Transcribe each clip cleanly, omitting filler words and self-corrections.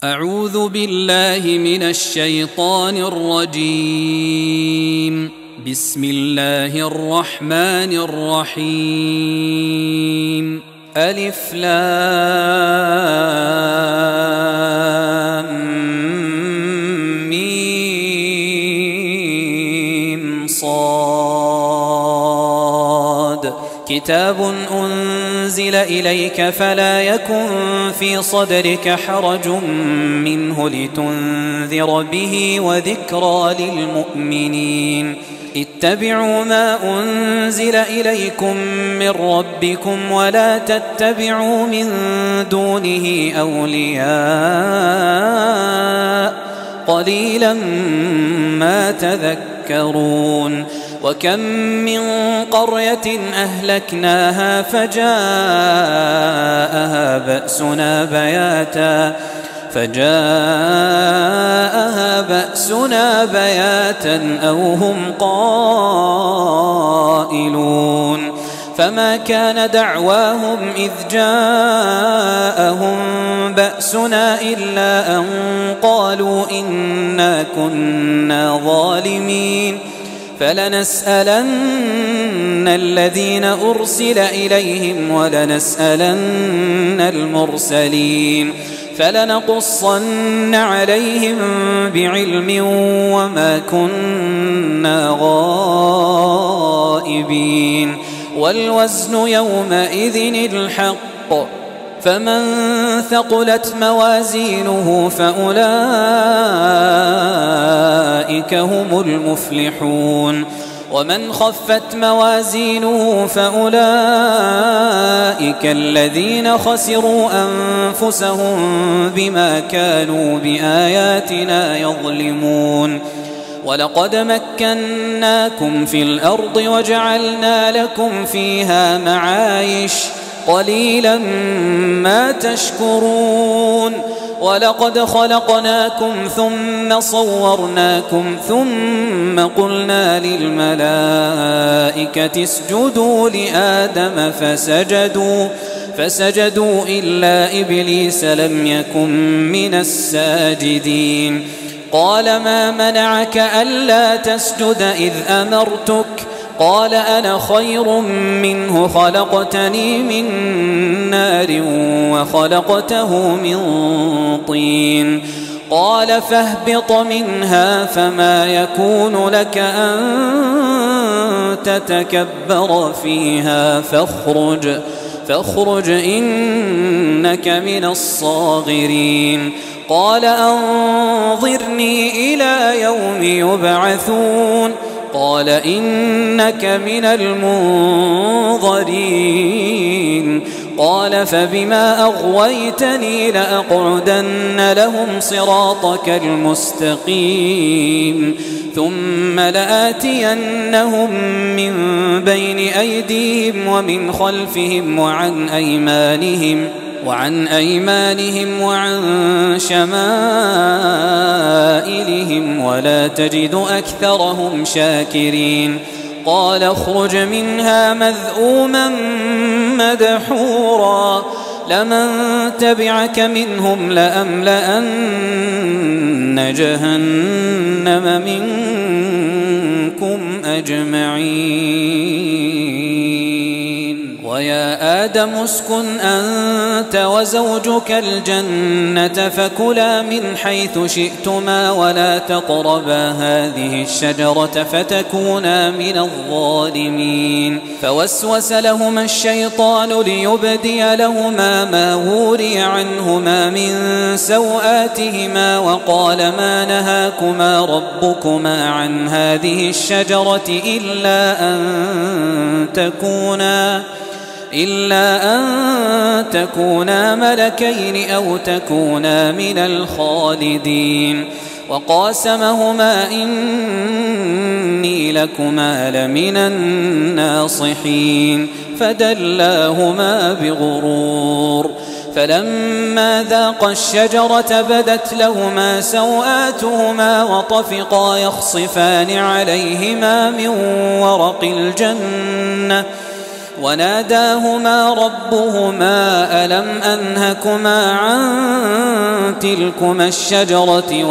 أعوذ بالله من الشيطان الرجيم. بسم الله الرحمن الرحيم. ألف لام ميم صاد. كتاب أنزل إليك فلا يكن في صدرك حرج منه لتنذر به وذكرى للمؤمنين. اتبعوا ما أنزل إليكم من ربكم ولا تتبعوا من دونه أولياء قليلا ما تذكرون. وكم من قرية أهلكناها فجاءها بأسنا بياتا أو هم قائلون. فما كان دعواهم إذ جاءهم بأسنا إلا أن قالوا إنا كنا ظالمين. فلنسألن الذين أرسل إليهم ولنسألن المرسلين. فلنقصن عليهم بعلم وما كنا غائبين. والوزن يومئذ الحق. فمن ثقلت موازينه فأولئك هم المفلحون. ومن خفت موازينه فأولئك الذين خسروا أنفسهم بما كانوا بآياتنا يظلمون. ولقد مكناكم في الأرض وجعلنا لكم فيها معايش قليلا ما تشكرون. ولقد خلقناكم ثم صورناكم ثم قلنا للملائكة اسجدوا لآدم فسجدوا إلا إبليس لم يكن من الساجدين. قال ما منعك ألا تسجد إذ أمرتك؟ قال أنا خير منه خلقتني من نار وخلقته من طين. قال فاهبط منها فما يكون لك أن تتكبر فيها فاخرج إنك من الصاغرين. قال أنظرني إلى يوم يبعثون. قال إنك من المنظرين. قال فبما أغويتني لأقعدن لهم صراطك المستقيم ثم لآتينهم من بين أيديهم ومن خلفهم وعن أيمانهم وعن شمائلهم ولا تجد أكثرهم شاكرين. قال اخرج منها مذءوما مدحورا لمن تبعك منهم لأملأن جهنم منكم أجمعين. ويا آدم اسكن أنت وزوجك الجنة فكلا من حيث شئتما ولا تقربا هذه الشجرة فتكونا من الظالمين. فوسوس لهما الشيطان ليبدي لهما ما وري عنهما من سوآتهما وقال ما نهاكما ربكما عن هذه الشجرة إلا أن تكونا ملكين أو تكونا من الخالدين. وقاسمهما إني لكما لمن الناصحين فدلاهما بغرور. فلما ذاقا الشجرة بدت لهما سوآتهما وطفقا يخصفان عليهما من ورق الجنة وناداهما ربهما ألم أنهكما عن تلكما الشجرة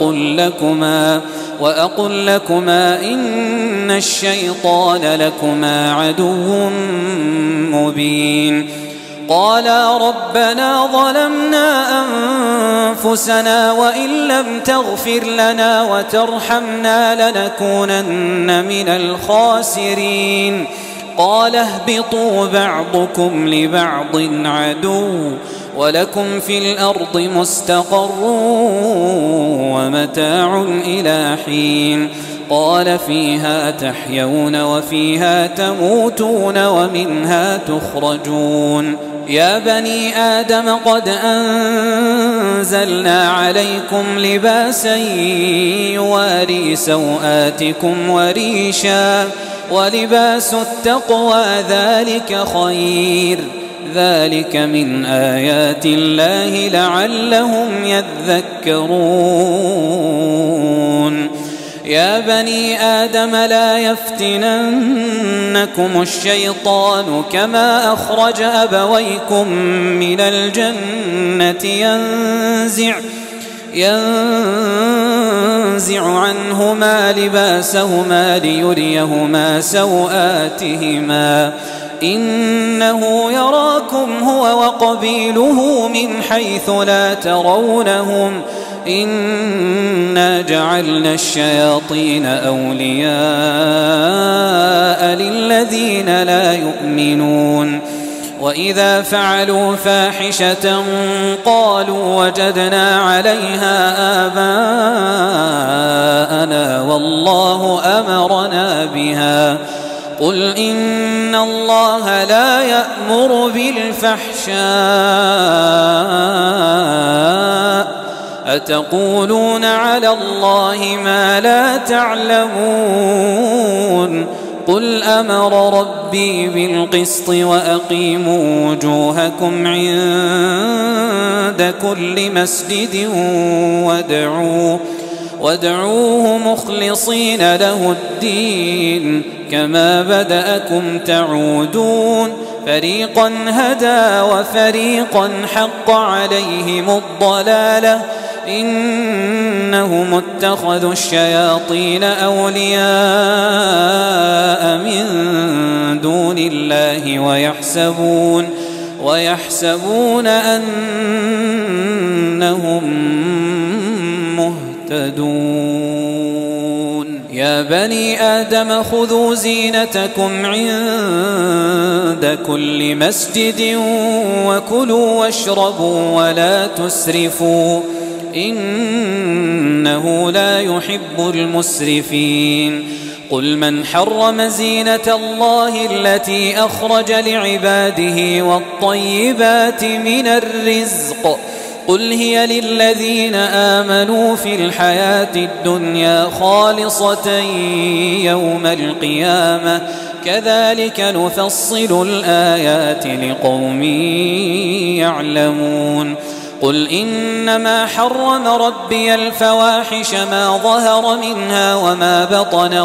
وأقل لكما إن الشيطان لكما عدو مبين قالا ربنا ظلمنا أنفسنا وإن لم تغفر لنا وترحمنا لنكونن من الخاسرين قال اهبطوا بعضكم لبعض عدو ولكم في الأرض مستقر ومتاع إلى حين قال فيها تحيون وفيها تموتون ومنها تخرجون يا بني آدم قد أنزلنا عليكم لباسا يواري سوآتكم وريشا ولباس التقوى ذلك خير ذلك من آيات الله لعلهم يذكرون يا بني آدم لا يفتننكم الشيطان كما أخرج أبويكم من الجنة ينزع عنهما لباسهما ليريهما سوآتهما إنه يراكم هو وقبيله من حيث لا ترونهم إنا جعلنا الشياطين أولياء للذين لا يؤمنون وإذا فعلوا فاحشة قالوا وجدنا عليها آباءنا والله أمرنا بها قل إن الله لا يأمر بالفحشاء أتقولون على الله ما لا تعلمون قل أمر ربي بالقسط وأقيموا وجوهكم عند كل مسجد وادعوه مخلصين له الدين كما بدأكم تعودون فريقا هدى وفريقا حق عليهم الضلالة إنهم اتخذوا الشياطين أولياء من دون الله ويحسبون أنهم مهتدون يا بني آدم خذوا زينتكم عند كل مسجد وكلوا واشربوا ولا تسرفوا إنه لا يحب المسرفين قل من حرم زينة الله التي أخرج لعباده والطيبات من الرزق قل هي للذين آمنوا في الحياة الدنيا خالصة يوم القيامة كذلك نفصل الآيات لقوم يعلمون قل إنما حرم ربي الفواحش ما ظهر منها وما بطن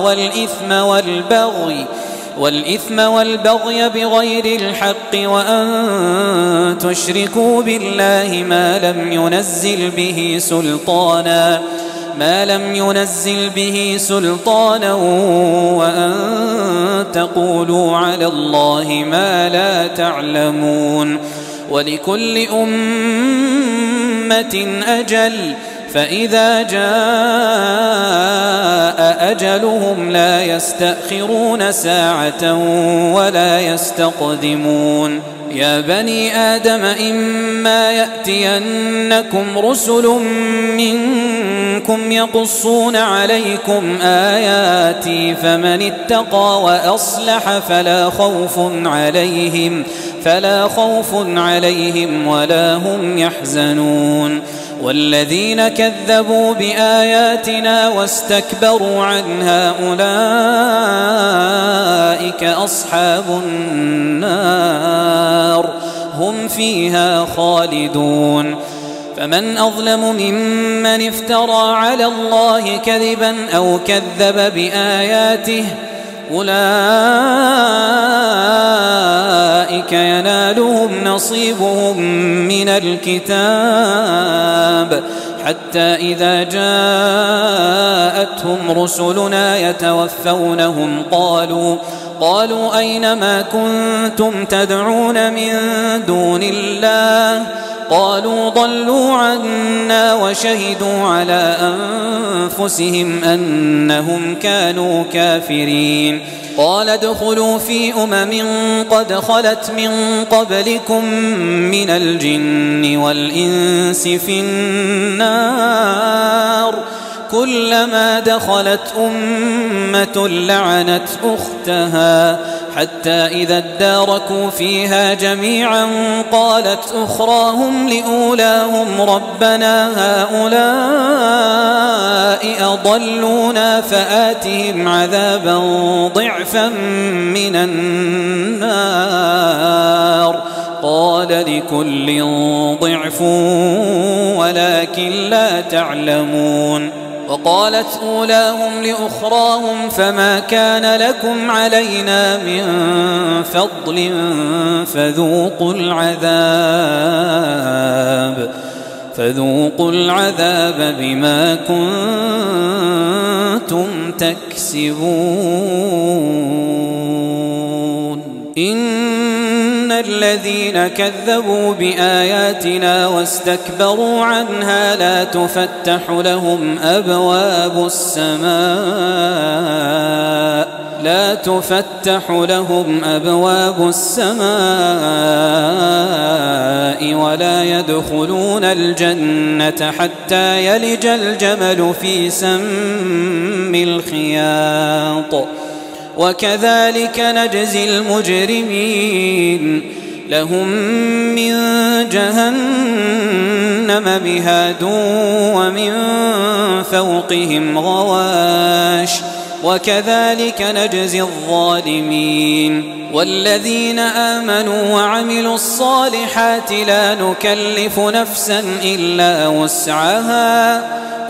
والإثم والبغي بغير الحق وأن تشركوا بالله ما لم ينزل به سلطانا وأن تقولوا على الله ما لا تعلمون ولكل أمة أجل فإذا جاء أجلهم لا يستأخرون ساعة ولا يستقدمون يا بني آدم إما يأتينكم رسل منكم يقصون عليكم آياتي فمن اتقى وأصلح فلا خوف عليهم ولا هم يحزنون والذين كذبوا بآياتنا واستكبروا عنها أولئك أصحاب النار هم فيها خالدون فمن أظلم ممن افترى على الله كذبا أو كذب بآياته أولئك ينالهم نصيبهم من الكتاب حتى إذا جاءتهم رسلنا يتوفونهم قالوا أين ما كنتم تدعون من دون الله قالوا ضلوا عنا وشهدوا على أنفسهم أنهم كانوا كافرين قال ادخلوا في قد خلت من قبلكم من الجن والإنس في النار كلما دخلت أمة لعنت أختها حتى إذا اداركوا فيها جميعا قالت أخراهم لأولاهم ربنا هؤلاء أضلونا فآتهم عذابا ضعفا من النار قال لكل ضعف ولكن لا تعلمون وقالت أولاهم لأخراهم فما كان لكم علينا من فضل فذوقوا العذاب بما كنتم تكسبون إن الذين كذبوا بآياتنا واستكبروا عنها لا تفتح لهم أبواب السماء ولا يدخلون الجنة حتى يلج الجمل في سم الخياط وكذلك نجزي المجرمين لهم من جهنم مهاد ومن فوقهم غواش وكذلك نجزي الظالمين والذين آمنوا وعملوا الصالحات لا نكلف نفسا إلا وسعها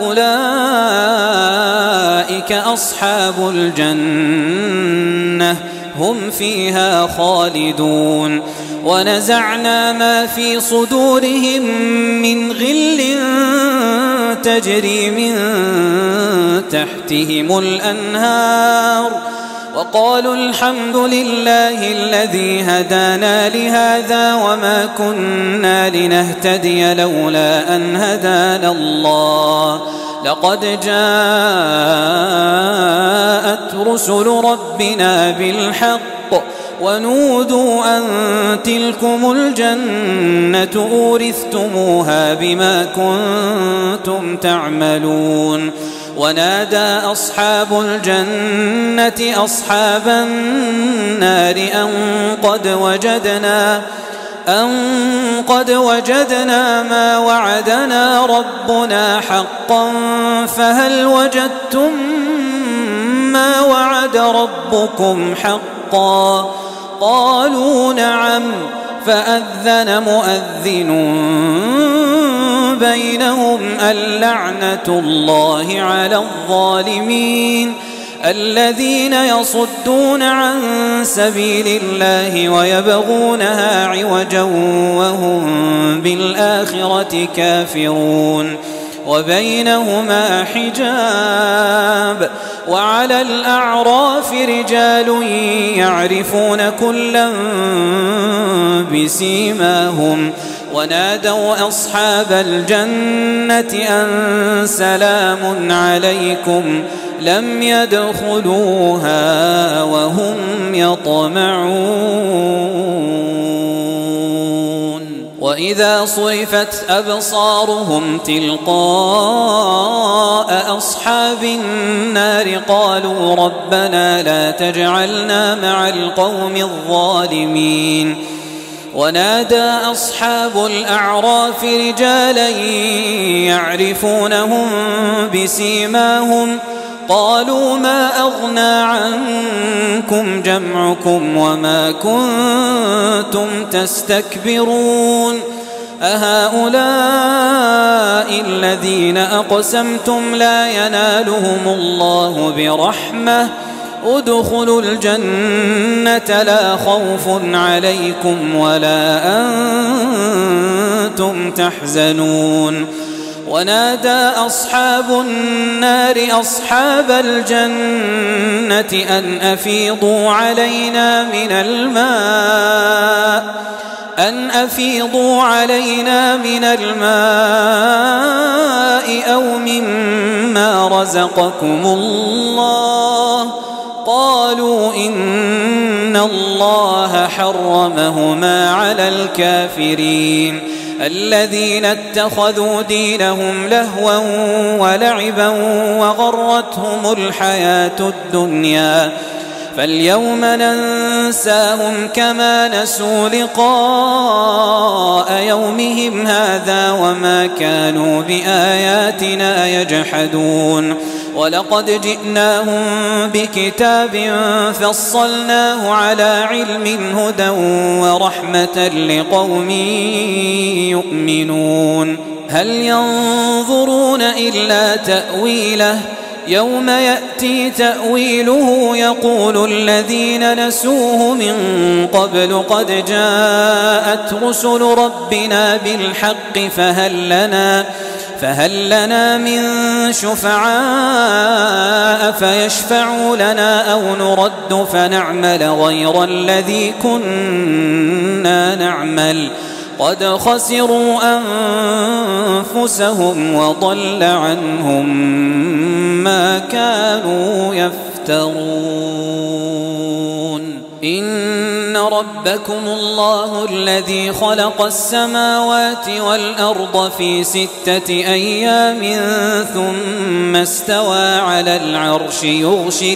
أولئك أصحاب الجنة هم فيها خالدون ونزعنا ما في صدورهم من غل تجري من تحتهم الأنهار وقالوا الحمد لله الذي هدانا لهذا وما كنا لنهتدي لولا أن هدانا الله لقد جاءت رسل ربنا بالحق ونودوا أن تلكم الجنة أورثتموها بما كنتم تعملون ونادى أصحاب الجنة أصحاب النار أن قد وجدنا ما وعدنا ربنا حقا فهل وجدتم ما وعد ربكم حقا قالوا نعم فأذن مؤذن بينهم اللعنة الله على الظالمين الذين يصدون عن سبيل الله ويبغونها عوجا وهم بالآخرة كافرون وبينهما حجاب وعلى الأعراف رجال يعرفون كلا بسيماهم ونادوا أصحاب الجنة أن سلام عليكم لم يدخلوها وهم يطمعون وإذا صرفت أبصارهم تلقاء أصحاب النار قالوا ربنا لا تجعلنا مع القوم الظالمين ونادى أصحاب الأعراف رجالا يعرفونهم بسيماهم قالوا ما أغنى عنكم جمعكم وما كنتم تستكبرون أهؤلاء الذين أقسمتم لا ينالهم الله برحمة ادخلوا الجنة لا خوف عليكم ولا أنتم تحزنون ونادى أصحاب النار أصحاب الجنة أن أفيضوا علينا من الماء أو مما رزقكم الله قالوا إن الله حرمهما على الكافرين الذين اتخذوا دينهم لهوا ولعبا وغرتهم الحياة الدنيا فاليوم ننساهم كما نسوا لقاء يومهم هذا وما كانوا بآياتنا يجحدون ولقد جئناهم بكتاب فصلناه على علم هدى ورحمة لقوم يؤمنون هل ينظرون إلا تأويله يوم يأتي تأويله يقول الذين نسوه من قبل قد جاءت رسل ربنا بالحق فهل لنا من شفعاء فيشفعوا لنا أو نرد فنعمل غير الذي كنا نعمل قد خسروا أنفسهم وضل عنهم ما كانوا يفترون إن ربكم الله الذي خلق السماوات والأرض في 6 أيام ثم استوى على العرش يغشي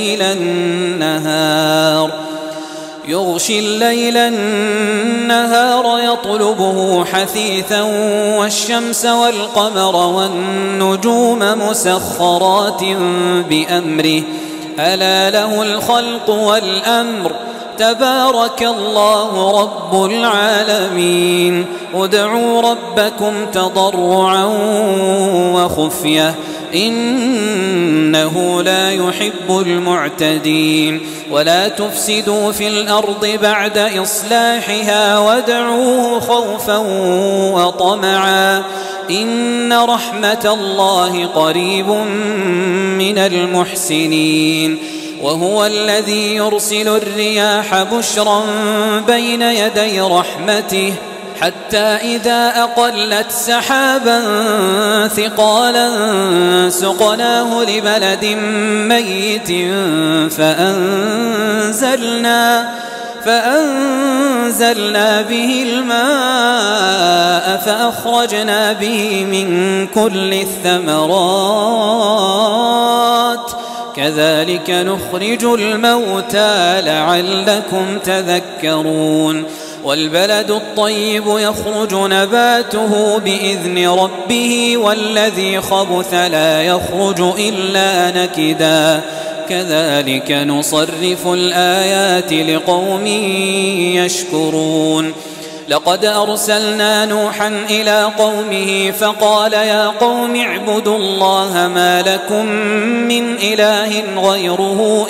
الليل النهار يطلبه حثيثا والشمس والقمر والنجوم مسخرات بأمره ألا له الخلق والأمر تبارك الله رب العالمين ادعوا ربكم تضرعا وخفية إنه لا يحب المعتدين ولا تفسدوا في الأرض بعد إصلاحها وادعوه خوفا وطمعا إن رحمة الله قريب من المحسنين وهو الذي يرسل الرياح بشرا بين يدي رحمته حتى إذا أقلت سحابا ثقالا سقناه لبلد ميت فأنزلنا به الماء فأخرجنا به من كل الثمرات كذلك نخرج الموتى لعلكم تذكرون والبلد الطيب يخرج نباته بإذن ربه والذي خبث لا يخرج إلا نكدا كذلك نصرف الآيات لقوم يشكرون لقد أرسلنا نوحا إلى قومه فقال يا قوم اعبدوا الله ما لكم من إله غيره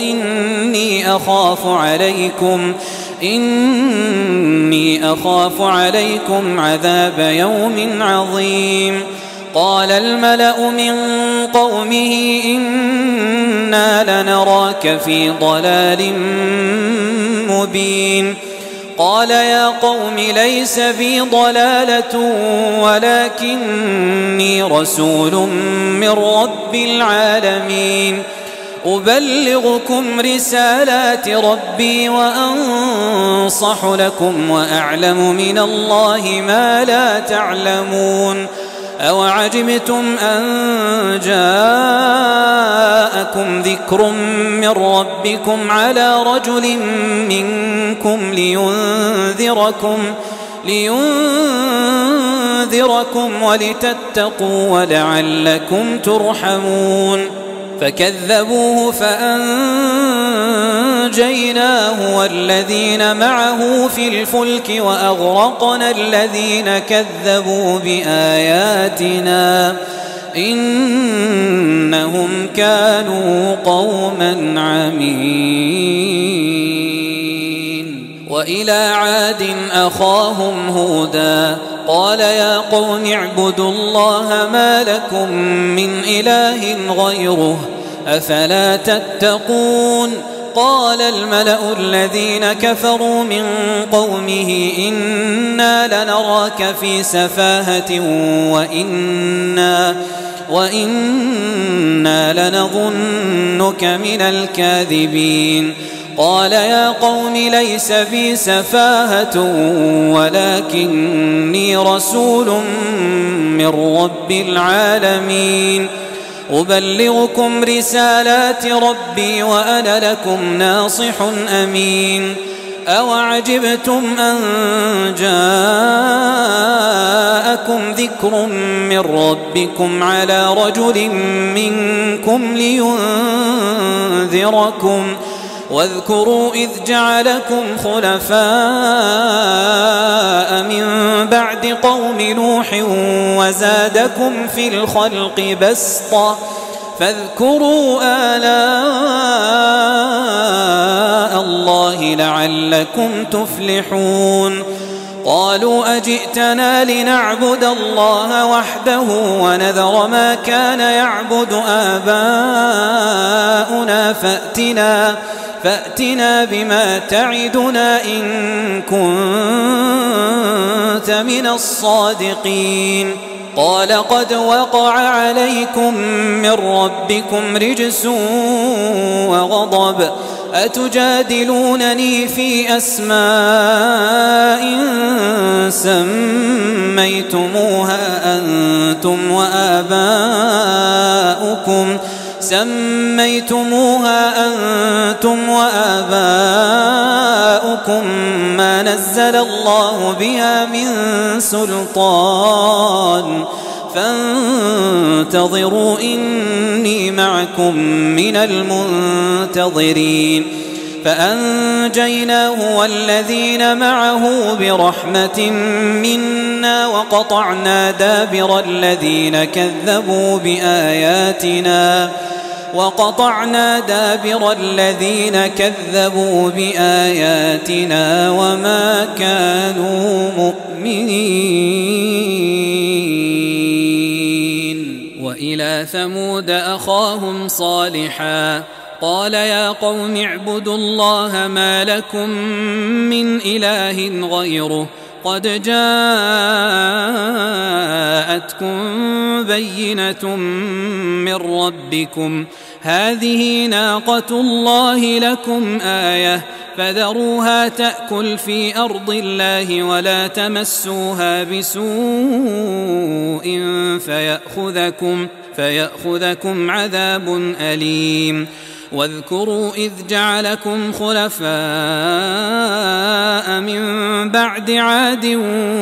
إني أخاف عليكم عذاب يوم عظيم قال الملأ من قومه إنا لنراك في ضلال مبين قال يا قوم ليس بي ضلالة ولكني رسول من رب العالمين أبلغكم رسالات ربي وأنصح لكم وأعلم من الله ما لا تعلمون أوعجبتم أن جاءكم ذكر من ربكم على رجل منكم لينذركم ولتتقوا ولعلكم ترحمون فكذبوه فأنجيناه والذين معه في الفلك وأغرقنا الذين كذبوا بآياتنا إنهم إنهم كانوا قوما عمين. وإلى عاد أخاهم هودا قال يا قوم اعبدوا الله ما لكم من إله غيره أفلا تتقون. قال الملأ الذين كفروا من قومه إنا لنراك في سفاهة وإنا لنظنك من الكاذبين. قال يا قوم ليس بي سفاهة ولكني رسول من رب العالمين أبلغكم رسالات ربي وأنا لكم ناصح أمين. أوعجبتم أن جاءكم ذكر من ربكم على رجل منكم لينذركم واذكروا إذ جعلكم خلفاء من بعد قوم نوح وزادكم في الخلق بسطة فاذكروا آلاء الله لعلكم تفلحون. قالوا أجئتنا لنعبد الله وحده ونذر ما كان يعبد آباؤنا فأتنا بما تعدنا إن كنت من الصادقين. قال قد وقع عليكم من ربكم رجس وغضب أتجادلونني في أسماء سميتموها أنتم وآباؤكم ما نزل الله بها من سلطان فانتظروا إني معكم من المنتظرين. فأنجيناه والذين معه برحمة منا وقطعنا دابر الذين كذبوا بآياتنا وما كانوا مؤمنين. وإلى ثمود أخاهم صالحا قال يا قوم اعبدوا الله ما لكم من إله غيره قد جاءتكم بينة من ربكم هذه ناقة الله لكم آية فذروها تأكل في أرض الله ولا تمسوها بسوء فيأخذكم عذاب أليم. واذكروا إذ جعلكم خلفاء من بعد عاد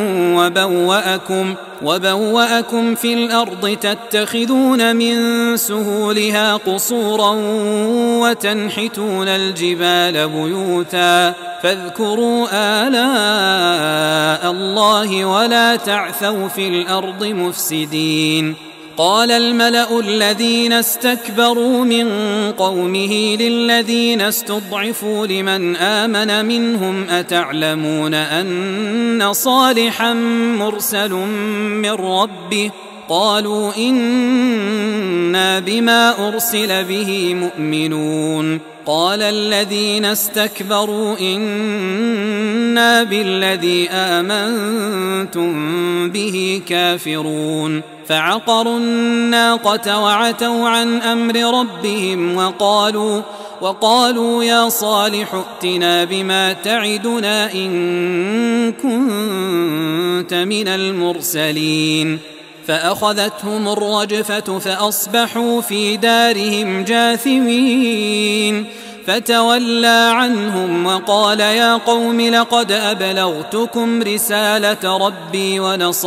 وبوأكم في الأرض تتخذون من سهولها قصورا وتنحتون الجبال بيوتا فاذكروا آلاء الله ولا تعثوا في الأرض مفسدين. قال الملأ الذين استكبروا من قومه للذين استضعفوا لمن آمن منهم أتعلمون أن صالحا مرسل من ربه قالوا إنا بما أرسل به مؤمنون. قال الذين استكبروا إنا بالذي آمنتم به كافرون. فعقروا الناقة وعتوا عن أمر ربهم وقالوا يا صالح ائتنا بما تعدنا إن كنت من المرسلين. فأخذتهم الرجفة فأصبحوا في دارهم جاثمين. فتولى عنهم وقال يا قوم لقد أبلغتكم رسالة ربي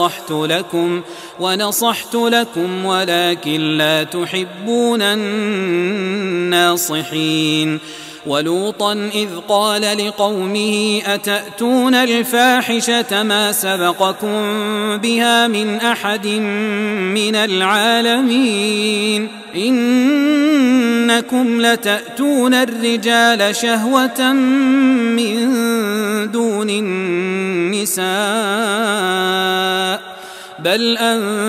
ونصحت لكم ولكن لا تحبون الناصحين. ولوطا إذ قال لقومه أتأتون الفاحشة ما سبقكم بها من أحد من العالمين إنكم لتأتون الرجال شهوة من دون النساء بل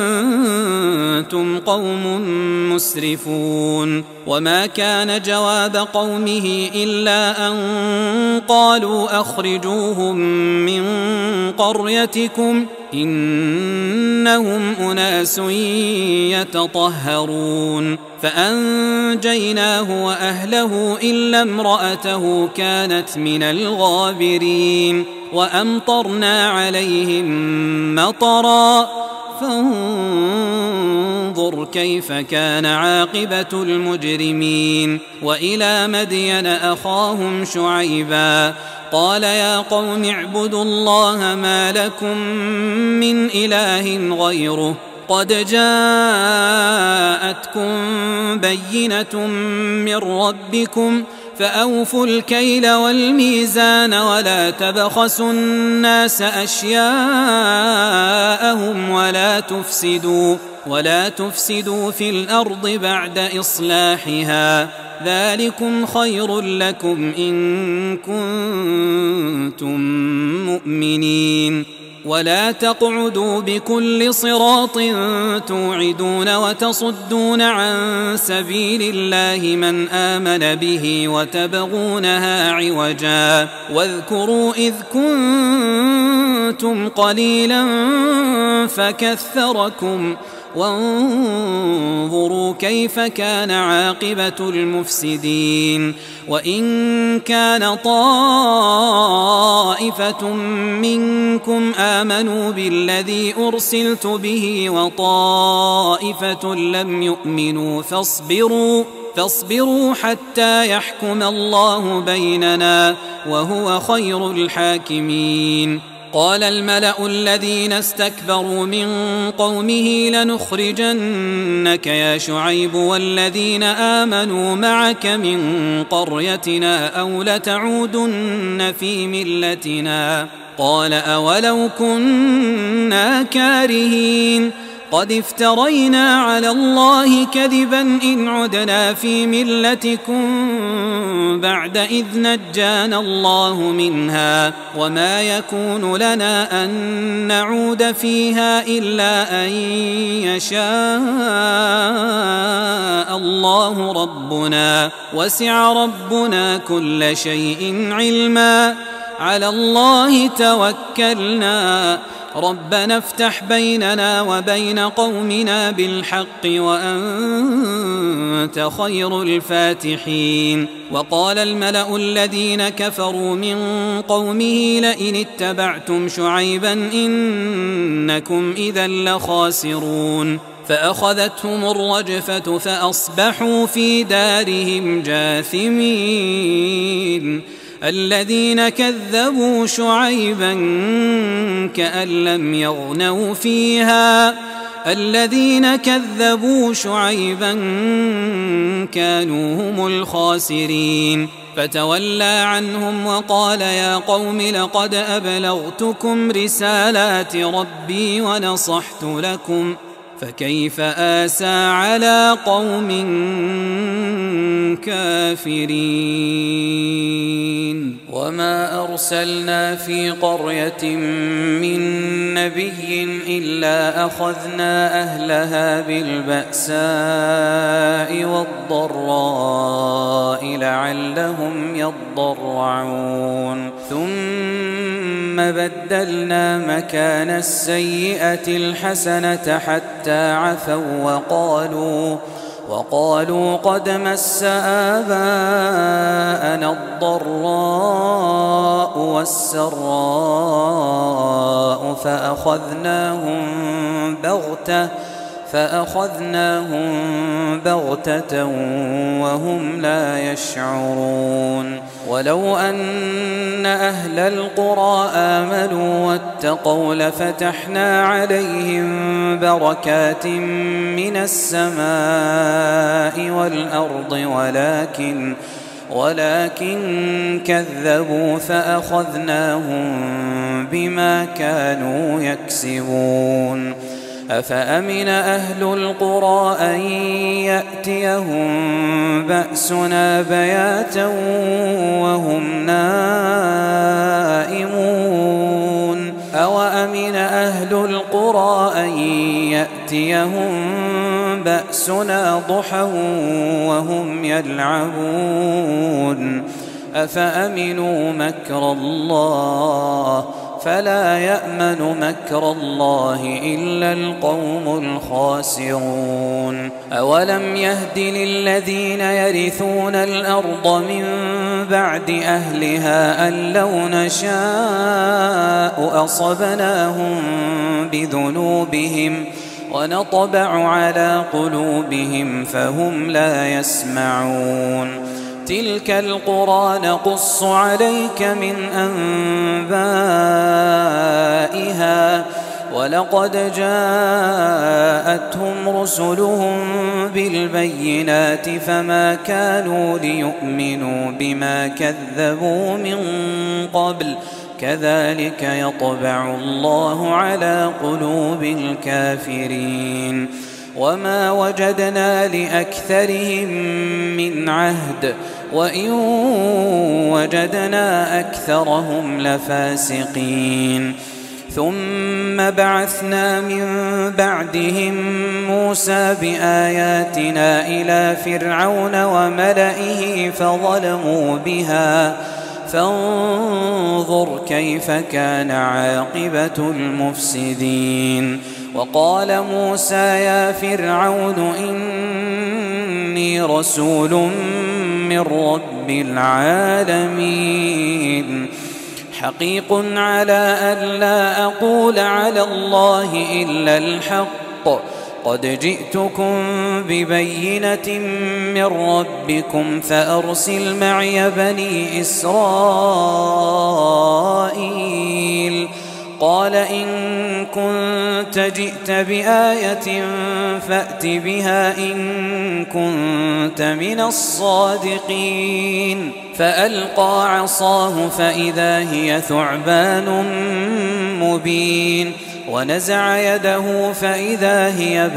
أنتم قوم مسرفون وما كان جواب قومه إلا أن قالوا أخرجوهم من قريتكم إنهم أناس يتطهرون فأنجيناه وأهله إلا امرأته كانت من الغابرين وأمطرنا عليهم مطرا فانظر كيف كان عاقبة المجرمين وإلى مدين أخاهم شعيبا قال يا قوم اعبدوا الله ما لكم من إله غيره قد جاءتكم بينة من ربكم فأوفوا الكيل والميزان ولا تبخسوا الناس أشياءهم ولا تفسدوا في الأرض بعد إصلاحها ذلكم خير لكم إن كنتم مؤمنين ولا تقعدوا بكل صراط توعدون وتصدون عن سبيل الله من آمن به وتبغونها عوجا واذكروا إذ كنتم قليلا فكثركم وانظروا كيف كان عاقبة المفسدين وإن كان طائفة منكم آمنوا بالذي أرسلت به وطائفة لم يؤمنوا فاصبروا حتى يحكم الله بيننا وهو خير الحاكمين قال الملأ الذين استكبروا من قومه لنخرجنك يا شعيب والذين آمنوا معك من قريتنا أو لتعودن في ملتنا قال أولو كنا كارهين قد افترينا على الله كذبا إن عدنا في ملتكم بعد إذ نجانا الله منها وما يكون لنا أن نعود فيها إلا أن يشاء الله ربنا وسع ربنا كل شيء علما على الله توكلنا ربنا افتح بيننا وبين قومنا بالحق وأنت خير الفاتحين وقال الملأ الذين كفروا من قومه لئن اتبعتم شعيبا إنكم إذا لخاسرون فأخذتهم الرجفة فأصبحوا في دارهم جاثمين الذين كذبوا شعيبا كأن لم يغنوا فيها الذين كذبوا شعيبا كانوا هم الخاسرين فتولى عنهم وقال يا قوم لقد أبلغتكم رسالات ربي ونصحت لكم فكيف آسى على قوم كافرين وما أرسلنا في قرية من نبي إلا أخذنا أهلها بالبأساء والضراء لعلهم يضرعون ثم بدلنا مكان السيئة الحسنة حتى عفوا وقالوا قد مس آباءنا الضراء والسراء فأخذناهم بغتة وهم لا يشعرون ولو أن أهل القرى آمنوا واتقوا لفتحنا عليهم بركات من السماء والأرض ولكن كذبوا فأخذناهم بما كانوا يكسبون. أفأمن أهل القرى أن يأتيهم بأسنا بياتا وهم نائمون أوأمن أهل القرى أن يأتيهم بأسنا ضحى وهم يلعبون أفأمنوا مكر الله فلا يأمن مكر الله إلا القوم الخاسرون. أولم يهد للذين يرثون الأرض من بعد أهلها أن لو نشاء أصبناهم بذنوبهم ونطبع على قلوبهم فهم لا يسمعون. تلك القرى نقص عليك من أنبائها ولقد جاءتهم رسلهم بالبينات فما كانوا ليؤمنوا بما كذبوا من قبل كذلك يطبع الله على قلوب الكافرين. وما وجدنا لأكثرهم من عهد وإن وجدنا أكثرهم لفاسقين. ثم بعثنا من بعدهم موسى بآياتنا إلى فرعون وملئه فظلموا بها فانظر كيف كان عاقبة المفسدين. وقال موسى يا فرعون إني رسول من رب العالمين حقيق على ألا أقول على الله إلا الحق قد جئتكم ببينة من ربكم فأرسل معي بني إسرائيل. قال إن كنت جئت بآية فأت بها إن كنت من الصادقين. فألقى عصاه فإذا هي ثعبان مبين ونزع يده فإذا هي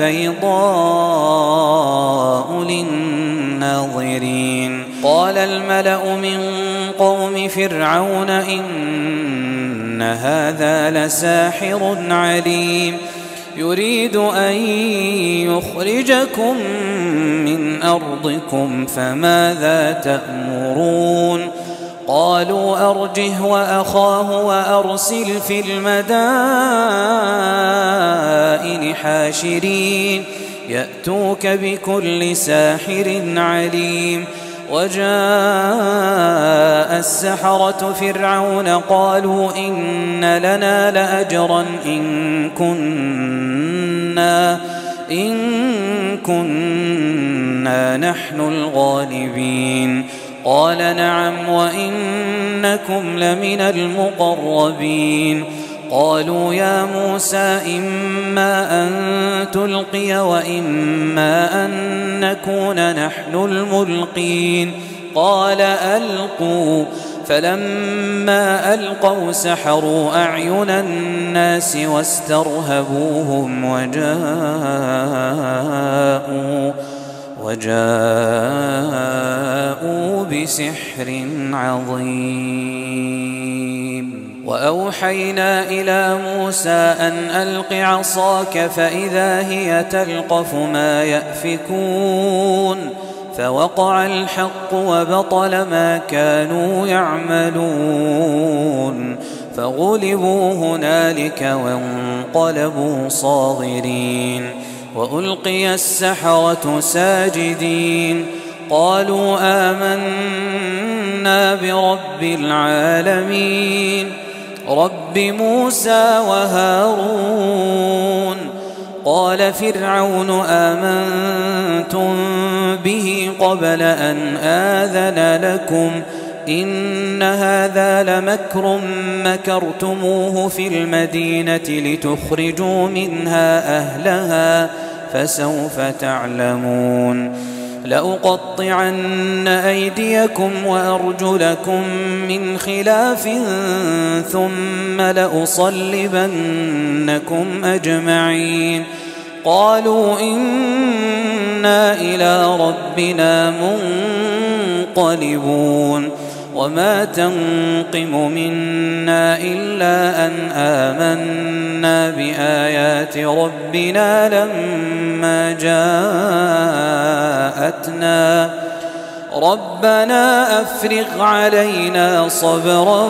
بيضاء للناظرين. قال الملأ من قوم فرعون إن هذا لساحر عليم يريد أن يخرجكم من أرضكم فماذا تأمرون. قالوا أرجه وأخاه وأرسل في المدائن حاشرين يأتوك بكل ساحر عليم. وجاء السحرة فرعون قالوا إن لنا لأجرا إن كنا نحن الغالبين. قال نعم وإنكم لمن المقربين. قالوا يا موسى إما أن تلقي وإما أن نكون نحن الملقين. قال ألقوا فلما ألقوا سحروا أعين الناس واسترهبوهم وجاءوا بسحر عظيم. وأوحينا إلى موسى أن ألق عصاك فإذا هي تلقف ما يأفكون فوقع الحق وبطل ما كانوا يعملون فغلبوا هنالك وانقلبوا صاغرين. وألقي السحرة ساجدين قالوا آمنا برب العالمين رب موسى وهارون. قال فرعون آمنتم به قبل أن آذن لكم إن هذا لمكر مكرتموه في المدينة لتخرجوا منها أهلها فسوف تعلمون. لأقطعن أيديكم وأرجلكم من خلاف ثم لأصلبنكم أجمعين قالوا إنا إلى ربنا منقلبون وما تنقم منا إلا أن آمنا بآيات ربنا لما جاءتنا ربنا أفرغ علينا صبرا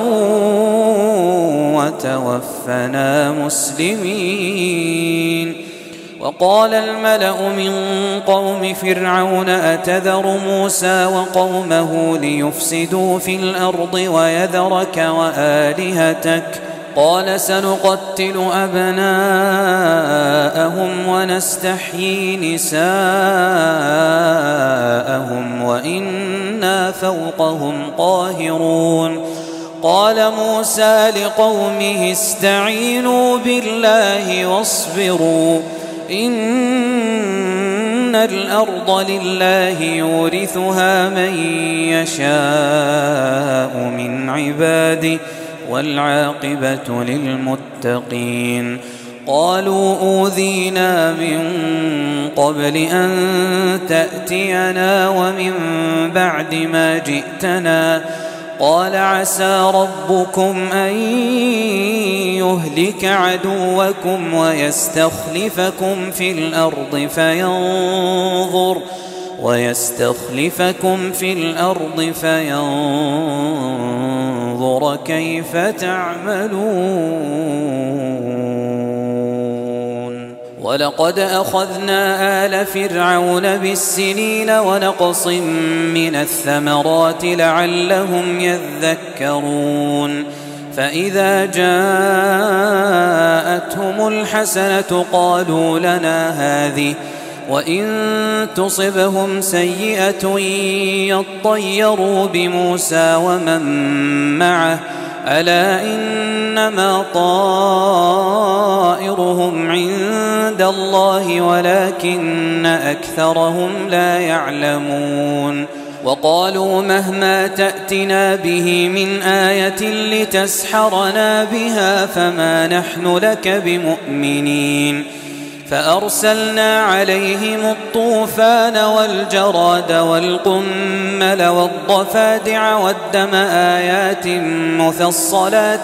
وتوفنا مسلمين. وقال الملأ من قوم فرعون أتذر موسى وقومه ليفسدوا في الأرض ويذرك وآلهتك قال سنقتل أبناءهم ونستحيي نساءهم وإنا فوقهم قاهرون. قال موسى لقومه استعينوا بالله واصبروا إن الأرض لله يورثها من يشاء من عباده والعاقبة للمتقين. قالوا أوذينا من قبل أن تأتينا ومن بعد ما جئتنا قال عسى ربكم أن يهلك عدوكم ويستخلفكم في الأرض فينظر كيف تعملون. ولقد أخذنا آل فرعون بالسنين ونقص من الثمرات لعلهم يذكرون. فإذا جاءتهم الحسنة قالوا لنا هذه وإن تصبهم سيئة يطيروا بموسى ومن معه ألا إنما طائرهم عند الله ولكن أكثرهم لا يعلمون. وقالوا مهما تأتنا به من آية لتسحرنا بها فما نحن لك بمؤمنين. فأرسلنا عليهم الطوفان والجراد والقمل والضفادع والدم آيات مفصلات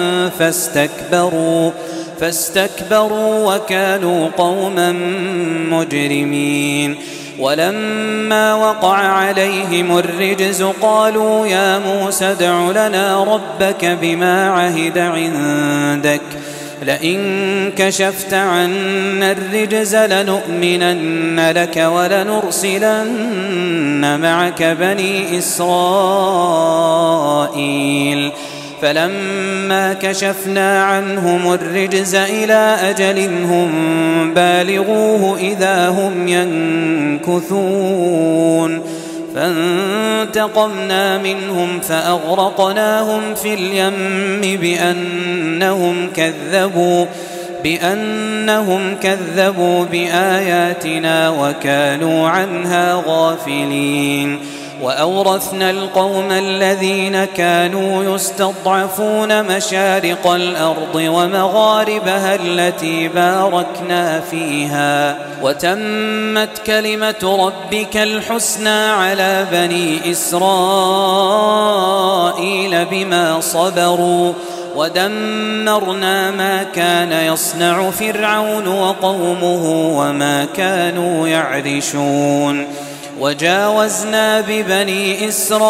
فاستكبروا وكانوا قوما مجرمين. ولما وقع عليهم الرجز قالوا يا موسى ادع لنا ربك بما عهد عندك لئن كشفت عنا الرجز لنؤمنن لك ولنرسلن معك بني إسرائيل. فلما كشفنا عنهم الرجز إلى أجل هم بالغوه إذا هم ينكثون. فانتقمنا منهم فأغرقناهم في اليم بأنهم كذبوا بآياتنا وكانوا عنها غافلين. وأورثنا القوم الذين كانوا يستضعفون مشارق الأرض ومغاربها التي باركنا فيها وتمت كلمة ربك الحسنى على بني إسرائيل بما صبروا ودمرنا ما كان يصنع فرعون وقومه وما كانوا يعرشون. وجاوزنا ببني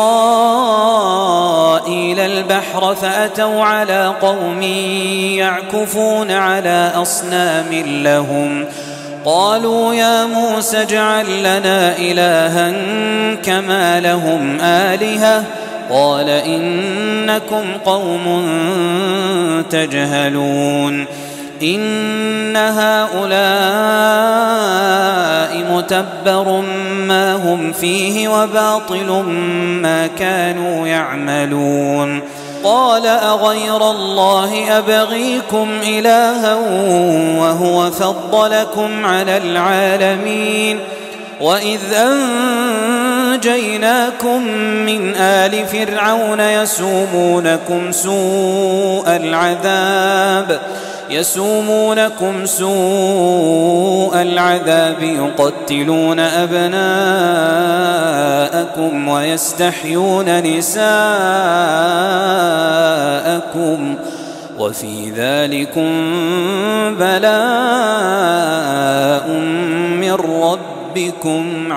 إسرائيل البحر فأتوا على قوم يعكفون على أصنام لهم قالوا يا موسى اجعل لنا إلها كما لهم آلهة قال إنكم قوم تجهلون. إن هؤلاء متبر ما هم فيه وباطل ما كانوا يعملون. قال أغير الله أبغيكم إلها وهو فضلكم على العالمين وإذ أنجيناكم من آل فرعون يسومونكم سوء العذاب يقتلون أبناءكم ويستحيون نساءكم وفي ذلكم بلاء من ربكم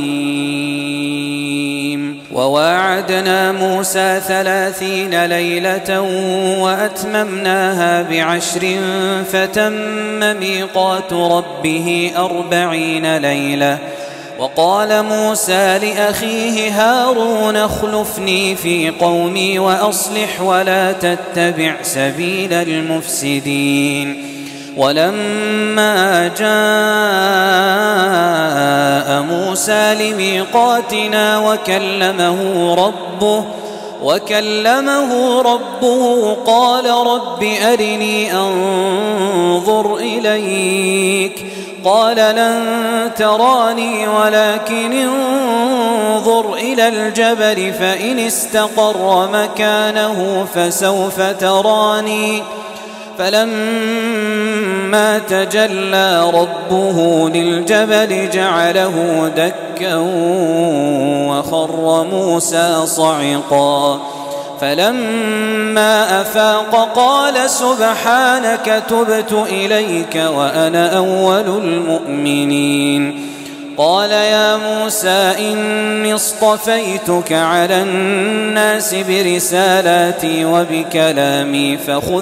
عظيم. وواعدنا موسى 30 ليلة وأتممناها ب10 فتم ميقات ربه 40 ليلة. وقال موسى لأخيه هارون اخلفني في قومي وأصلح ولا تتبع سبيل المفسدين. ولما جاء موسى لميقاتنا وكلمه ربه قال رب أرني أنظر إليك قال لن تراني ولكن انظر إلى الجبل فإن استقر مكانه فسوف تراني. فلما تجلى ربه للجبل جعله دكا وخر موسى صعقا. فلما أفاق قال سبحانك تبت إليك وأنا أول المؤمنين. قال يا موسى إني اصطفيتك على الناس برسالاتي وبكلامي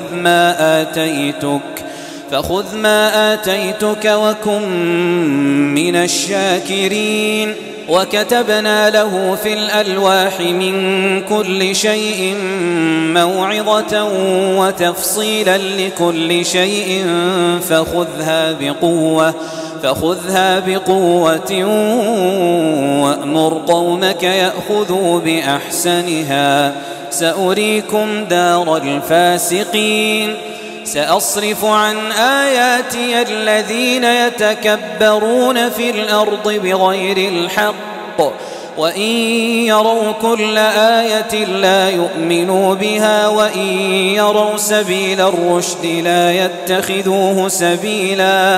فخذ ما آتيتك وكن من الشاكرين. وكتبنا له في الألواح من كل شيء موعظة وتفصيلا لكل شيء فخذها بقوة وأمر قومك يأخذوا بأحسنها سأريكم دار الفاسقين. سأصرف عن آياتي الذين يتكبرون في الأرض بغير الحق وإن يروا كل آية لا يؤمنوا بها وإن يروا سبيل الرشد لا يتخذوه سبيلا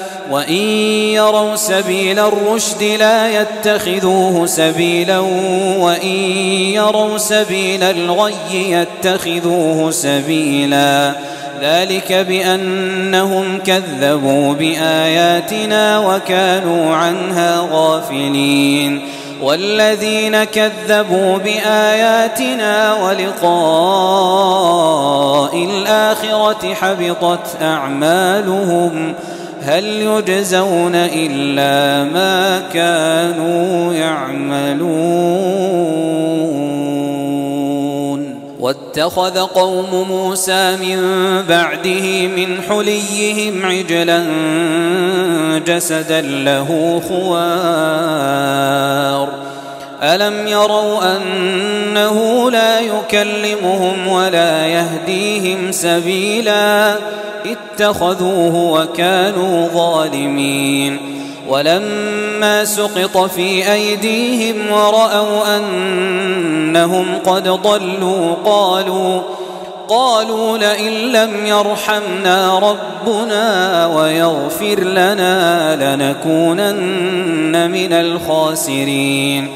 وإن يروا سبيل الغي يتخذوه سبيلا. ذلك بأنهم كذبوا بآياتنا وكانوا عنها غافلين. والذين كذبوا بآياتنا ولقاء الآخرة حبطت أعمالهم هل يجزون إلا ما كانوا يعملون. واتخذ قوم موسى من بعده من حليهم عجلا جسدا له خوار ألم يروا أنه لا يكلمهم ولا يهديهم سبيلا اتخذوه وكانوا ظالمين. ولما سقط في أيديهم ورأوا أنهم قد ضلوا قالوا لئن لم يرحمنا ربنا ويغفر لنا لنكونن من الخاسرين.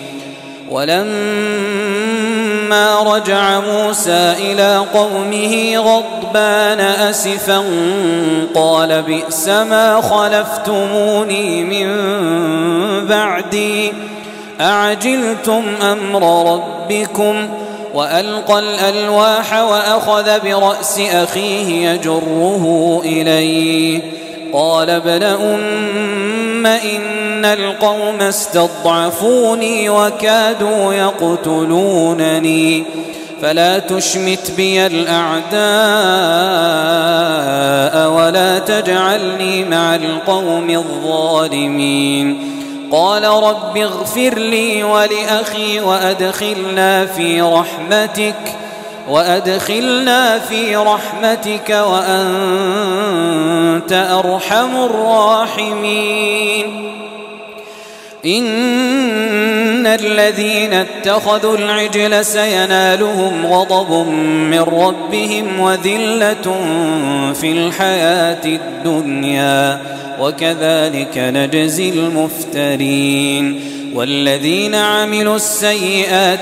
ولما رجع موسى إلى قومه غضبان أسفا قال بئس ما خلفتموني من بعدي أعجلتم أمر ربكم. وألقى الألواح وأخذ برأس أخيه يجره إليه قال ابن أم إن القوم استضعفوني وكادوا يقتلونني فلا تشمت بي الأعداء ولا تجعلني مع القوم الظالمين. قال رب اغفر لي ولأخي وأدخلنا في رحمتك وأنت أرحم الراحمين. إن الذين اتخذوا العجل سينالهم غضب من ربهم وذلة في الحياة الدنيا وكذلك نجزي المفترين والذين عملوا السيئات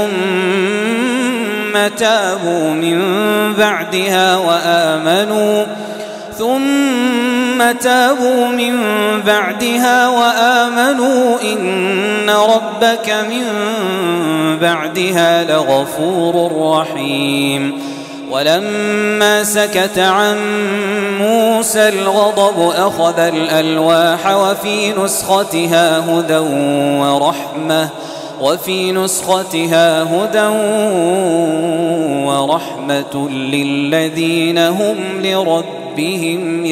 ثم تابوا من بعدها وآمنوا إن ربك من بعدها لغفور رحيم ولما سكت عن موسى الغضب أخذ الألواح وفي نسختها هدى ورحمة للذين هم لربهم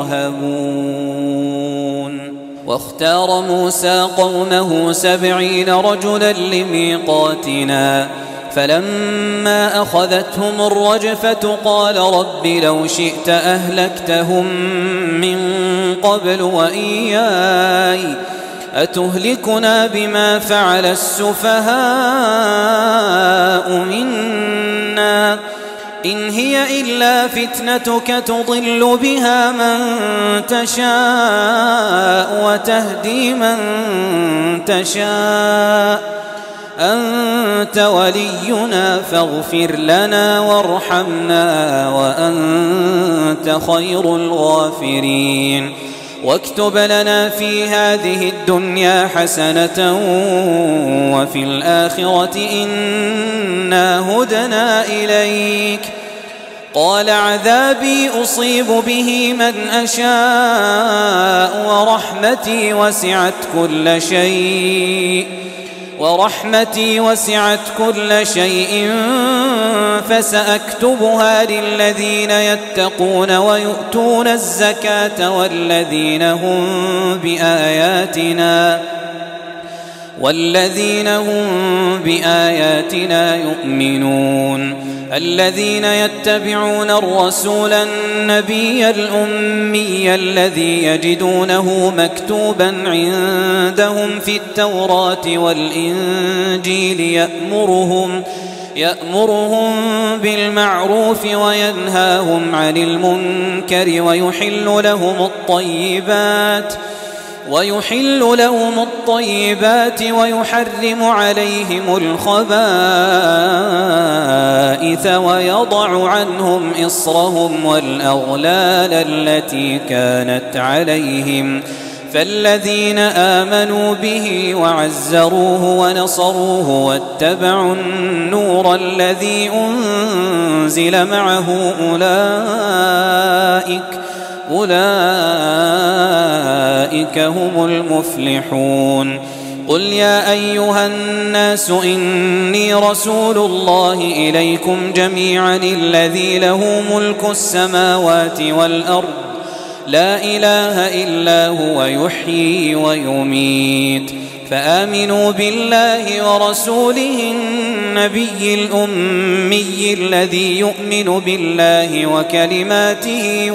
يرهبون واختار موسى قومه 70 رجلا لميقاتنا فلما أخذتهم الرجفة قال رب لو شئت أهلكتهم من قبل وإياي أتهلكنا بما فعل السفهاء منا إن هي إلا فتنتك تضل بها من تشاء وتهدي من تشاء أنت ولينا فاغفر لنا وارحمنا وأنت خير الغافرين واكتب لنا في هذه الدنيا حسنة وفي الآخرة إنا هدنا إليك قال عذابي أصيب به من أشاء ورحمتي وسعت كل شيء فسأكتبها للذين يتقون ويؤتون الزكاة والذين هم بآياتنا يؤمنون الذين يتبعون الرسول النبي الأمي الذي يجدونه مكتوبا عندهم في التوراة والإنجيل يأمرهم بالمعروف وينهاهم عن المنكر ويحل لهم الطيبات ويحرم عليهم الخبائث ويضع عنهم إصرهم والأغلال التي كانت عليهم فالذين آمنوا به وعزروه ونصروه واتبعوا النور الذي أنزل معه أولئك هم المفلحون قل يا أيها الناس إني رسول الله إليكم جميعا الذي له ملك السماوات والأرض لا إله إلا هو يحيي ويميت فآمنوا بالله ورسوله النبي الأمي الذي يؤمن بالله وكلماته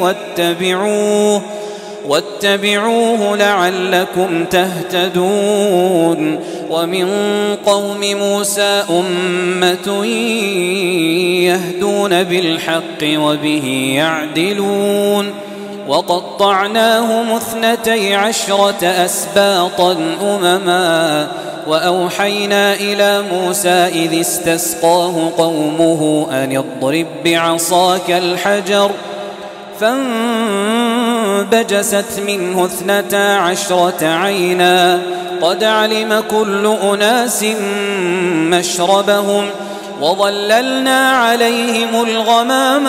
واتبعوه لعلكم تهتدون ومن قوم موسى أمة يهدون بالحق وبه يعدلون وقطعناهم 12 أسباطا أمما وأوحينا إلى موسى إذ استسقاه قومه أن اضرب بعصاك الحجر فانبجست منه 12 عينا قد علم كل أناس مشربهم وظللنا عليهم الغمام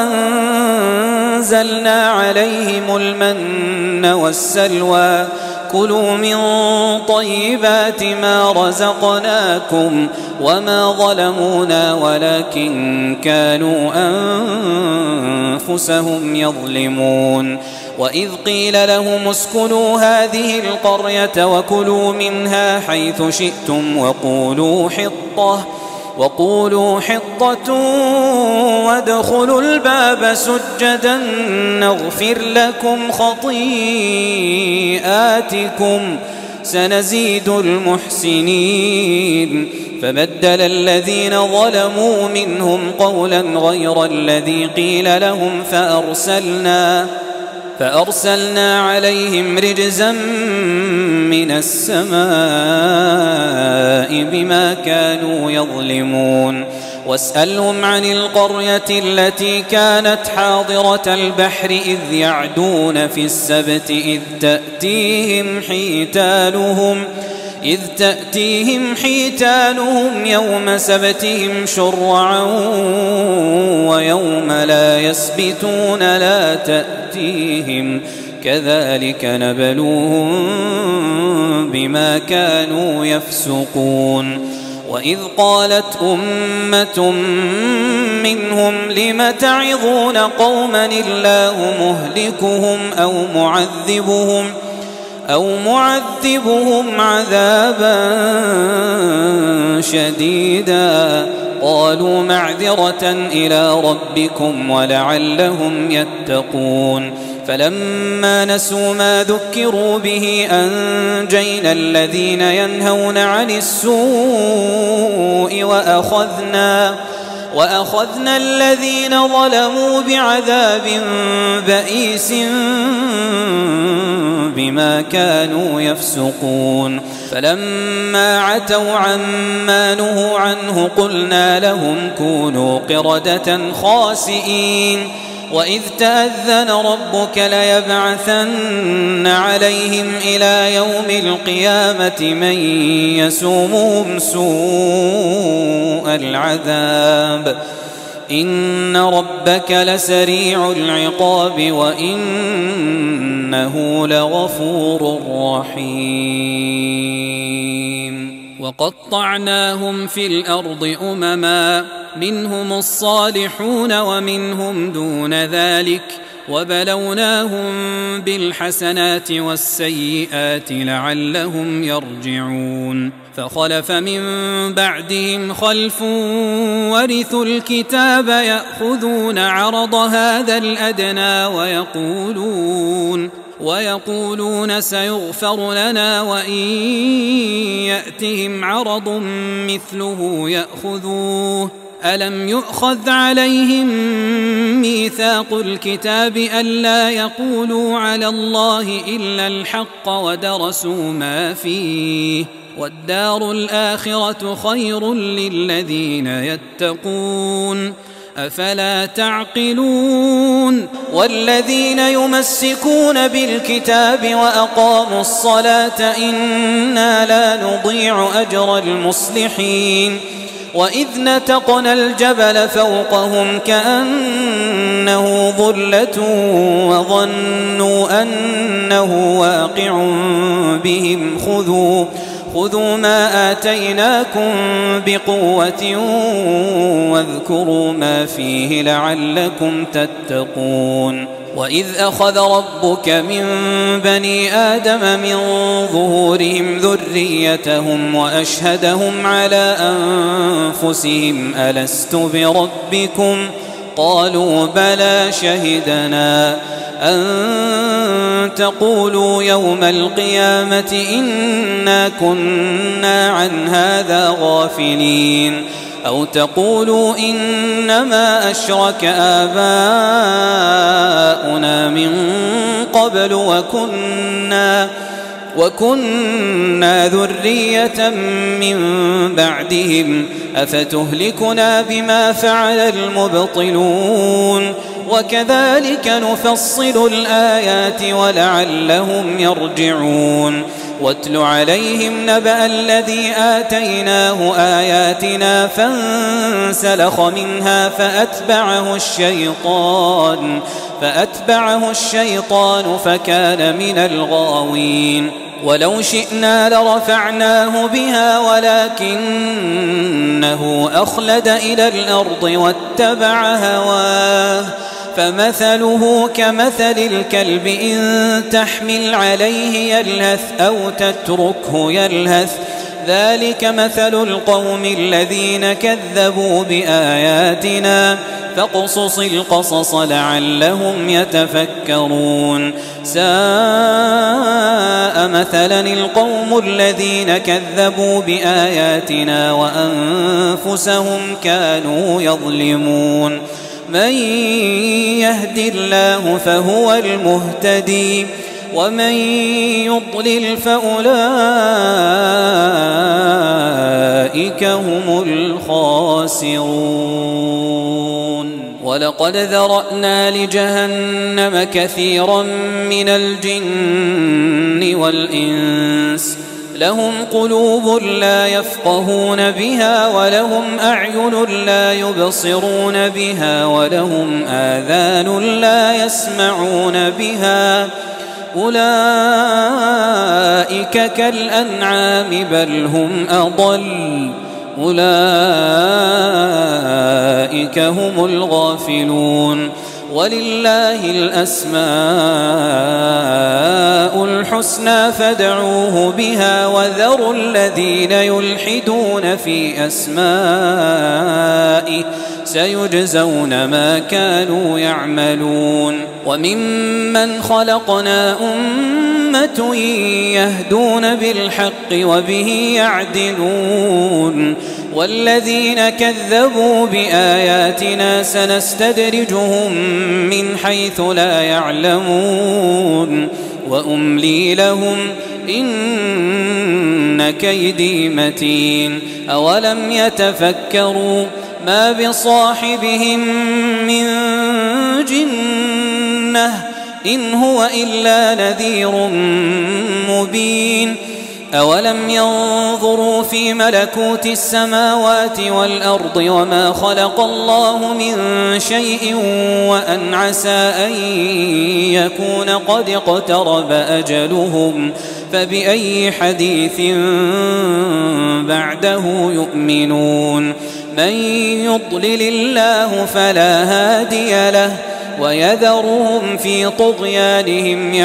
وأنزلنا عليهم المن والسلوى كلوا من طيبات ما رزقناكم وما ظلمونا ولكن كانوا أنفسهم يظلمون وإذ قيل لهم اسكنوا هذه القرية وكلوا منها حيث شئتم وقولوا حطة وادخلوا الباب سجدا نغفر لكم خطيئاتكم سنزيد المحسنين فبدل الذين ظلموا منهم قولا غير الذي قيل لهم فأرسلنا عليهم رجزا من السماء بما كانوا يظلمون واسألهم عن القرية التي كانت حاضرة البحر إذ يعدون في السبت إذ تأتيهم حيتانهم يوم سبتهم شرعا ويوم لا يسبتون لا تأتيهم كذلك نبلوهم بما كانوا يفسقون وإذ قالت أمة منهم لم تعظون قوما الله مهلكهم أو معذبهم عذابا شديدا قالوا معذرة إلى ربكم ولعلهم يتقون فلما نسوا ما ذكروا به أنجينا الذين ينهون عن السوء وأخذنا الذين ظلموا بعذاب بئيس بما كانوا يفسقون فلما عتوا عما نهوا عنه قلنا لهم كونوا قردة خاسئين وإذ تأذن ربك ليبعثن عليهم إلى يوم القيامة من يسومهم سوء العذاب إن ربك لسريع العقاب وإنه لغفور رحيم وقطعناهم في الأرض أمما منهم الصالحون ومنهم دون ذلك وبلوناهم بالحسنات والسيئات لعلهم يرجعون فخلف من بعدهم خلف ورثوا الكتاب يأخذون عرض هذا الأدنى ويقولون سيغفر لنا وإن يأتهم عرض مثله يأخذوه ألم يؤخذ عليهم ميثاق الكتاب ألا يقولوا على الله إلا الحق ودرسوا ما فيه والدار الآخرة خير للذين يتقون أفلا تعقلون والذين يمسكون بالكتاب وأقاموا الصلاة إنا لا نضيع أجر المصلحين وإذ نتقنا الجبل فوقهم كأنه ظلة وظنوا أنه واقع بهم خذوا ما آتيناكم بقوة واذكروا ما فيه لعلكم تتقون وإذ أخذ ربك من بني آدم من ظهورهم ذريتهم وأشهدهم على أنفسهم ألست بربكم قالوا بلى شهدنا أن تقولوا يوم القيامة إنا كنا عن هذا غافلين أو تقولوا إنما أشرك آباؤنا من قبل وكنا ذرية من بعدهم أفتهلكنا بما فعل المبطلون وكذلك نفصل الآيات ولعلهم يرجعون واتل عليهم نبأ الذي آتيناه آياتنا فانسلخ منها فأتبعه الشيطان فكان من الغاوين ولو شئنا لرفعناه بها ولكنه أخلد إلى الأرض واتبع هواه فمثله كمثل الكلب إن تحمل عليه يلهث أو تتركه يلهث ذلك مثل القوم الذين كذبوا بآياتنا فاقصص القصص لعلهم يتفكرون ساء مثلا القوم الذين كذبوا بآياتنا وأنفسهم كانوا يظلمون من يهد الله فهو المهتدي ومن يضلل فأولئك هم الخاسرون ولقد ذرأنا لجهنم كثيرا من الجن والإنس لهم قلوب لا يفقهون بها ولهم أعين لا يبصرون بها ولهم آذان لا يسمعون بها أولئك كالأنعام بل هم أضل أولئك هم الغافلون ولله الأسماء الحسنى فادعوه بها وذروا الذين يلحدون في أسمائه سيجزون ما كانوا يعملون وممن خلقنا أمة يهدون بالحق وبه يعدلون والذين كذبوا بآياتنا سنستدرجهم من حيث لا يعلمون وأملي لهم إن كيدي متين أولم يتفكروا ما بصاحبهم من جنة إن هو إلا نذير مبين أولم ينظروا في ملكوت السماوات والأرض وما خلق الله من شيء وأن عسى أن يكون قد اقترب أجلهم فبأي حديث بعده يؤمنون من يضلل الله فلا هادي له ويذرهم في طغيانهم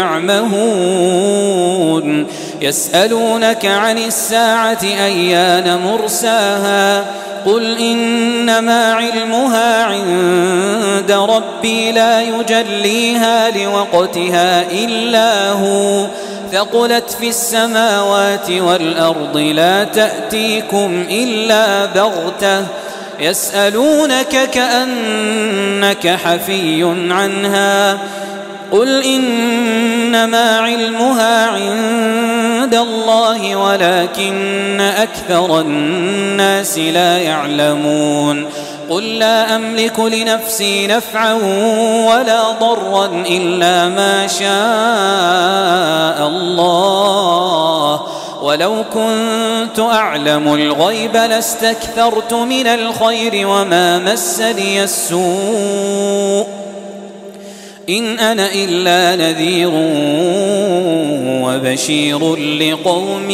يعمهون يسألونك عن الساعة أيان مرساها قل إنما علمها عند ربي لا يجليها لوقتها إلا هو ثقلت في السماوات والأرض لا تأتيكم إلا بغتة يسألونك كأنك حفي عنها قل إنما علمها عند الله ولكن أكثر الناس لا يعلمون قل لا أملك لنفسي نفعا ولا ضرا إلا ما شاء الله ولو كنت أعلم الغيب لاستكثرت من الخير وما مسني السوء إن أنا إلا نذير وبشير لقوم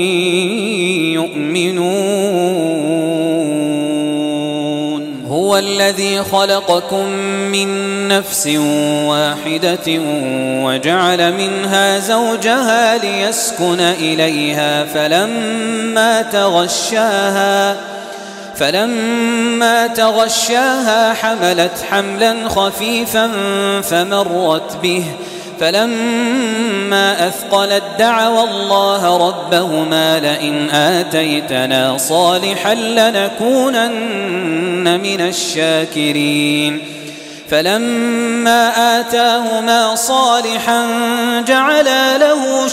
يؤمنون هو الذي خلقكم من نفس واحدة وجعل منها زوجها ليسكن إليها فلما تغشاها حملت حملا خفيفا فمرت به فلما أثقلت دعوا الله ربهما لئن آتيتنا صالحا لنكونن من الشاكرين فلما آتاهما صالحا جعلا له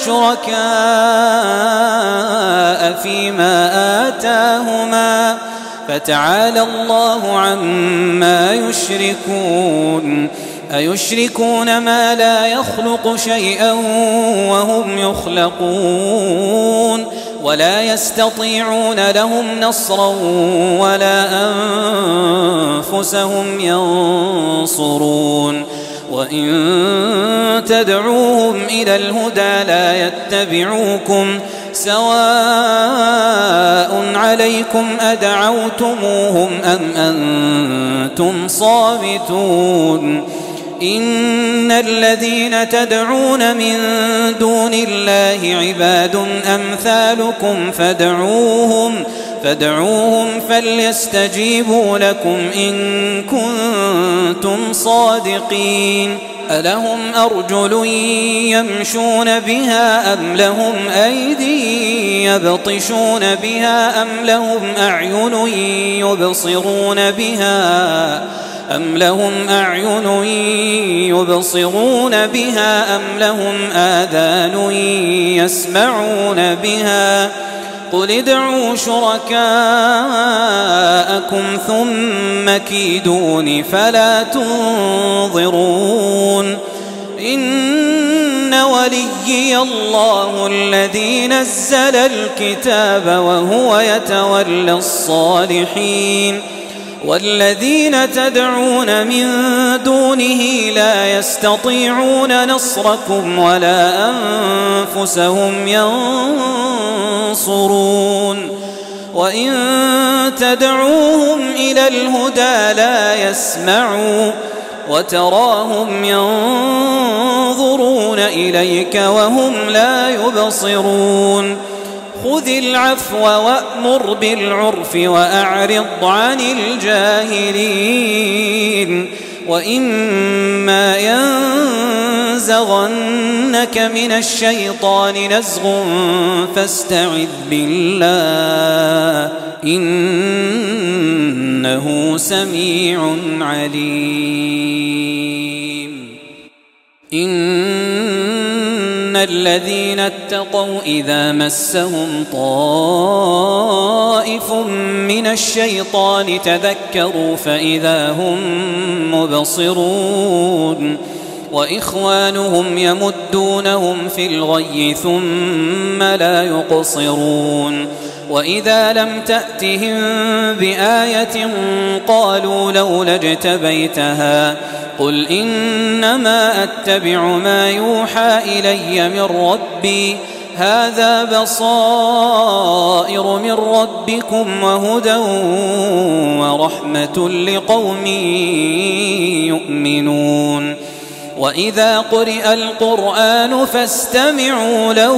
شركاء فيما آتاهما فتعالى الله عما يشركون أيشركون ما لا يخلق شيئا وهم يخلقون ولا يستطيعون لهم نصرا ولا أنفسهم ينصرون وإن تدعوهم إلى الهدى لا يتبعوكم سواء عليكم أدعوتموهم أم أنتم صامتون إن الذين تدعون من دون الله عباد أمثالكم فادعوهم فليستجيبوا لكم إن كنتم صادقين ألهم أرجل يمشون بها أم لهم أيدي يبطشون بها أم لهم أعين يبصرون بها أم لهم آذان يسمعون بها قل ادعوا شركاءكم ثم كيدون فلا تنظرون إن وليي الله الذي نزل الكتاب وهو يتولى الصالحين والذين تدعون من دونه لا يستطيعون نصركم ولا أنفسهم ينصرون وإن تدعوهم إلى الهدى لا يسمعوا وتراهم ينظرون إليك وهم لا يبصرون خذ العفو وأمر بالعرف وأعرض عن الجاهلين وإما ينزغنك من الشيطان نزغ فاستعذ بالله إنه سميع عليم إن الذين اتقوا إذا مسهم طائف من الشيطان تذكروا فإذا هم مبصرون وإخوانهم يمدونهم في الغي ثم لا يقصرون وإذا لم تأتهم بآية قالوا لولا اجتبيتها قل إنما أتبع ما يوحى إلي من ربي هذا بصائر من ربكم وهدى ورحمة لقوم يؤمنون وإذا قرئ القرآن فاستمعوا له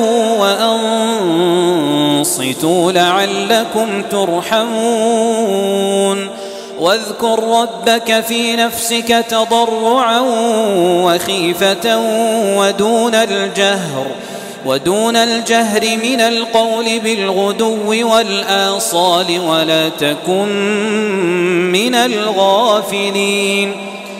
وأنصتوا لعلكم ترحمون واذكر ربك في نفسك تضرعا وخيفة ودون الجهر من القول بالغدو والآصال ولا تكن من الغافلين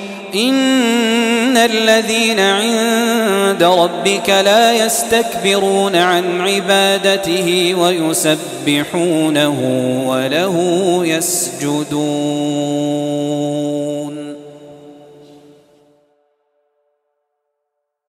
إن الذين عند ربك لا يستكبرون عن عبادته ويسبحونه وله يسجدون